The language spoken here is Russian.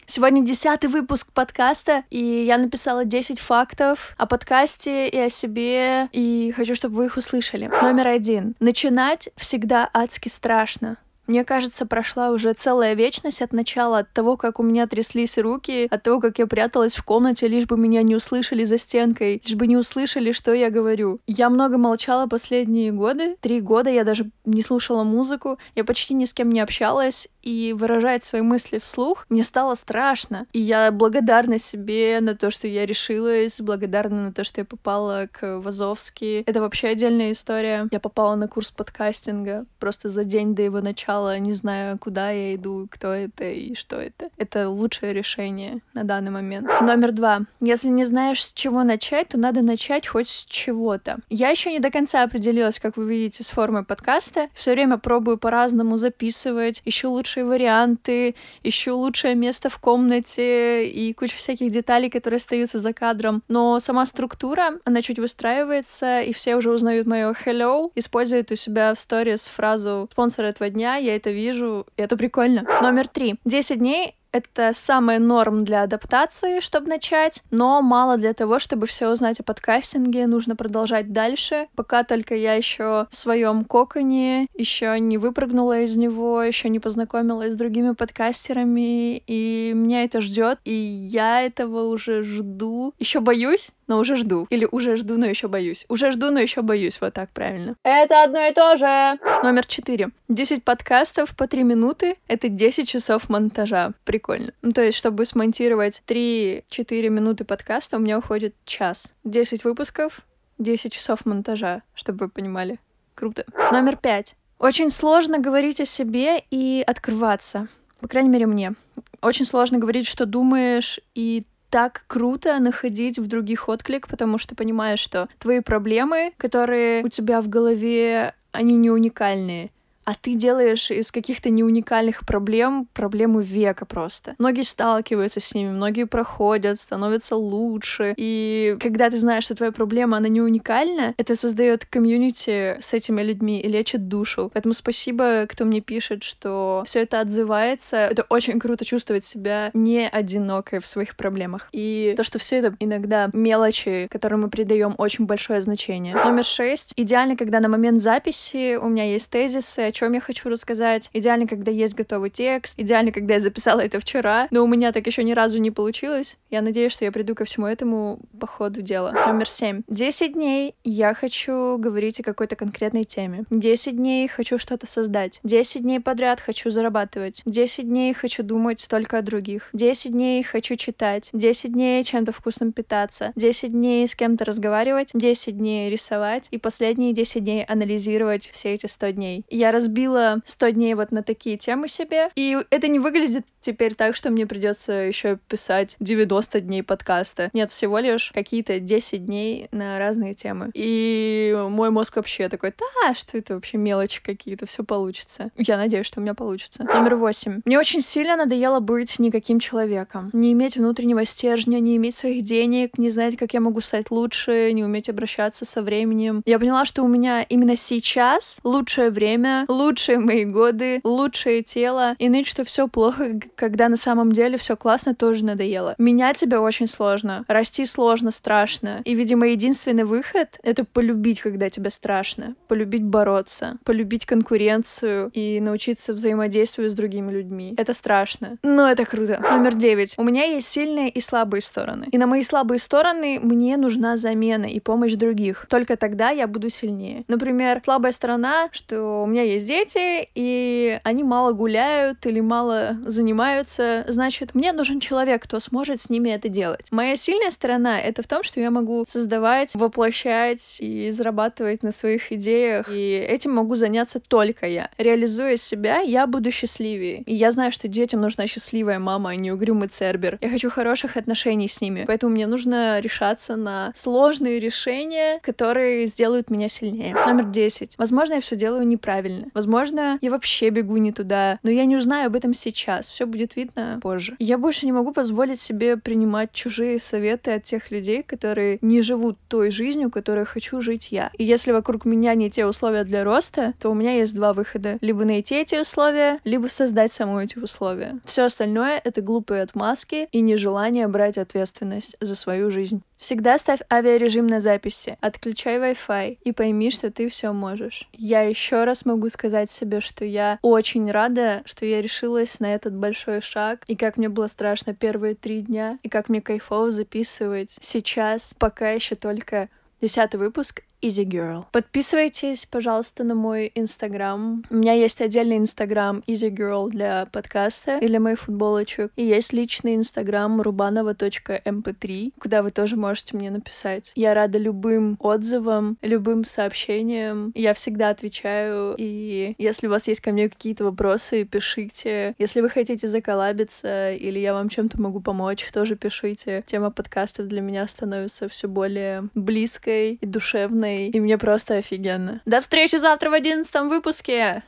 Сегодня 10-й выпуск подкаста, и я написала 10 фактов о подкасте и о себе, и хочу, чтобы вы их услышали. Номер 1. Начинать всегда адски страшно. Мне кажется, прошла уже целая вечность от начала, от того, как у меня тряслись руки, от того, как я пряталась в комнате, лишь бы меня не услышали за стенкой, лишь бы не услышали, что я говорю. Я много молчала последние годы, 3 года я даже не слушала музыку, я почти ни с кем не общалась, и выражать свои мысли вслух мне стало страшно. И я благодарна себе на то, что я решилась, благодарна на то, что я попала к Вазовски. Это вообще отдельная история. Я попала на курс подкастинга просто за день до его начала, не знаю, куда я иду, кто это и что это. Это лучшее решение на данный момент. Номер 2. Если не знаешь, с чего начать, то надо начать хоть с чего-то. Я еще не до конца определилась, как вы видите, с формой подкаста. Все время пробую по-разному записывать, ищу лучшие варианты, ищу лучшее место в комнате и куча всяких деталей, которые остаются за кадром. Но сама структура, она чуть выстраивается, и все уже узнают мое hello, используют у себя в сторис фразу «спонсор этого дня», я это вижу, и это прикольно. Номер 3. 10 дней — это самая норм для адаптации, чтобы начать, но мало для того, чтобы все узнать о подкастинге, нужно продолжать дальше, пока только я еще в своем коконе, еще не выпрыгнула из него, еще не познакомилась с другими подкастерами, и меня это ждет, и я этого уже жду. Еще боюсь, но уже жду. Или уже жду, но еще боюсь. Уже жду, но еще боюсь. Вот так правильно. Это одно и то же. Номер 4. 10 подкастов по 3 минуты — это 10 часов монтажа. Прикольно. Ну, то есть, чтобы смонтировать 3-4 минуты подкаста, у меня уходит час. 10 выпусков, 10 часов монтажа, чтобы вы понимали. Круто. Номер 5. Очень сложно говорить о себе и открываться. По крайней мере, мне. Очень сложно говорить, что думаешь, и так круто находить в других отклик, потому что понимаешь, что твои проблемы, которые у тебя в голове, они не уникальные, а ты делаешь из каких-то неуникальных проблем проблему века просто. Многие сталкиваются с ними, многие проходят, становятся лучше. И когда ты знаешь, что твоя проблема, она не уникальна, это создает комьюнити с этими людьми и лечит душу. Поэтому спасибо, кто мне пишет, что все это отзывается. Это очень круто чувствовать себя не одинокой в своих проблемах. И то, что все это иногда мелочи, которым мы придаем очень большое значение. Номер 6. Идеально, когда на момент записи у меня есть тезисы, о чем я хочу рассказать. Идеально, когда есть готовый текст. Идеально, когда я записала это вчера. Но у меня так еще ни разу не получилось. Я надеюсь, что я приду ко всему этому по ходу дела. Номер 7. 10 дней я хочу говорить о какой-то конкретной теме. 10 дней хочу что-то создать. 10 дней подряд хочу зарабатывать. 10 дней хочу думать только о других. 10 дней хочу читать. 10 дней чем-то вкусным питаться. 10 дней с кем-то разговаривать. 10 дней рисовать. И последние 10 дней анализировать все эти 100 дней. Я разбила 100 дней вот на такие темы себе, и это не выглядит теперь так, что мне придется еще писать 90 дней подкаста. Нет, всего лишь какие-то 10 дней на разные темы. И мой мозг вообще такой: да, что это вообще мелочи какие-то, все получится. Я надеюсь, что у меня получится. Номер 8. Мне очень сильно надоело быть никаким человеком. Не иметь внутреннего стержня, не иметь своих денег, не знать, как я могу стать лучше, не уметь обращаться со временем. Я поняла, что у меня именно сейчас лучшее время, лучшие мои годы, лучшее тело, и ныть, что все плохо, когда на самом деле все классно, тоже надоело. Менять себя очень сложно, расти сложно, страшно. И, видимо, единственный выход — это полюбить, когда тебе страшно, полюбить бороться, полюбить конкуренцию и научиться взаимодействовать с другими людьми. Это страшно, но это круто. Номер 9. У меня есть сильные и слабые стороны. И на мои слабые стороны мне нужна замена и помощь других. Только тогда я буду сильнее. Например, слабая сторона, что у меня есть дети, и они мало гуляют или мало занимаются, значит, мне нужен человек, кто сможет с ними это делать. Моя сильная сторона — это в том, что я могу создавать, воплощать и зарабатывать на своих идеях, и этим могу заняться только я. Реализуя себя, я буду счастливее. И я знаю, что детям нужна счастливая мама, а не угрюмый цербер. Я хочу хороших отношений с ними, поэтому мне нужно решаться на сложные решения, которые сделают меня сильнее. Номер 10. Возможно, я все делаю неправильно. Возможно, я вообще бегу не туда, но я не узнаю об этом сейчас. Все будет видно позже. Я больше не могу позволить себе принимать чужие советы от тех людей, которые не живут той жизнью, которой хочу жить я. И если вокруг меня не те условия для роста, то у меня есть два выхода. Либо найти эти условия, либо создать саму эти условия. Все остальное — это глупые отмазки и нежелание брать ответственность за свою жизнь. Всегда ставь авиарежим на записи, отключай Wi-Fi и пойми, что ты все можешь. Я еще раз могу сказать себе, что я очень рада, что я решилась на этот большой шаг, и как мне было страшно первые 3 дня, и как мне кайфово записывать сейчас, пока еще только 10-й выпуск Easy Girl. Подписывайтесь, пожалуйста, на мой Инстаграм. У меня есть отдельный Инстаграм Easy Girl для подкаста и для моих футболочек. И есть личный Инстаграм rubanova.mp3, куда вы тоже можете мне написать. Я рада любым отзывам, любым сообщениям. Я всегда отвечаю. И если у вас есть ко мне какие-то вопросы, пишите. Если вы хотите заколлабиться или я вам чем-то могу помочь, тоже пишите. Тема подкастов для меня становится все более близкой и душевной. И мне просто офигенно. До встречи завтра в 11 выпуске!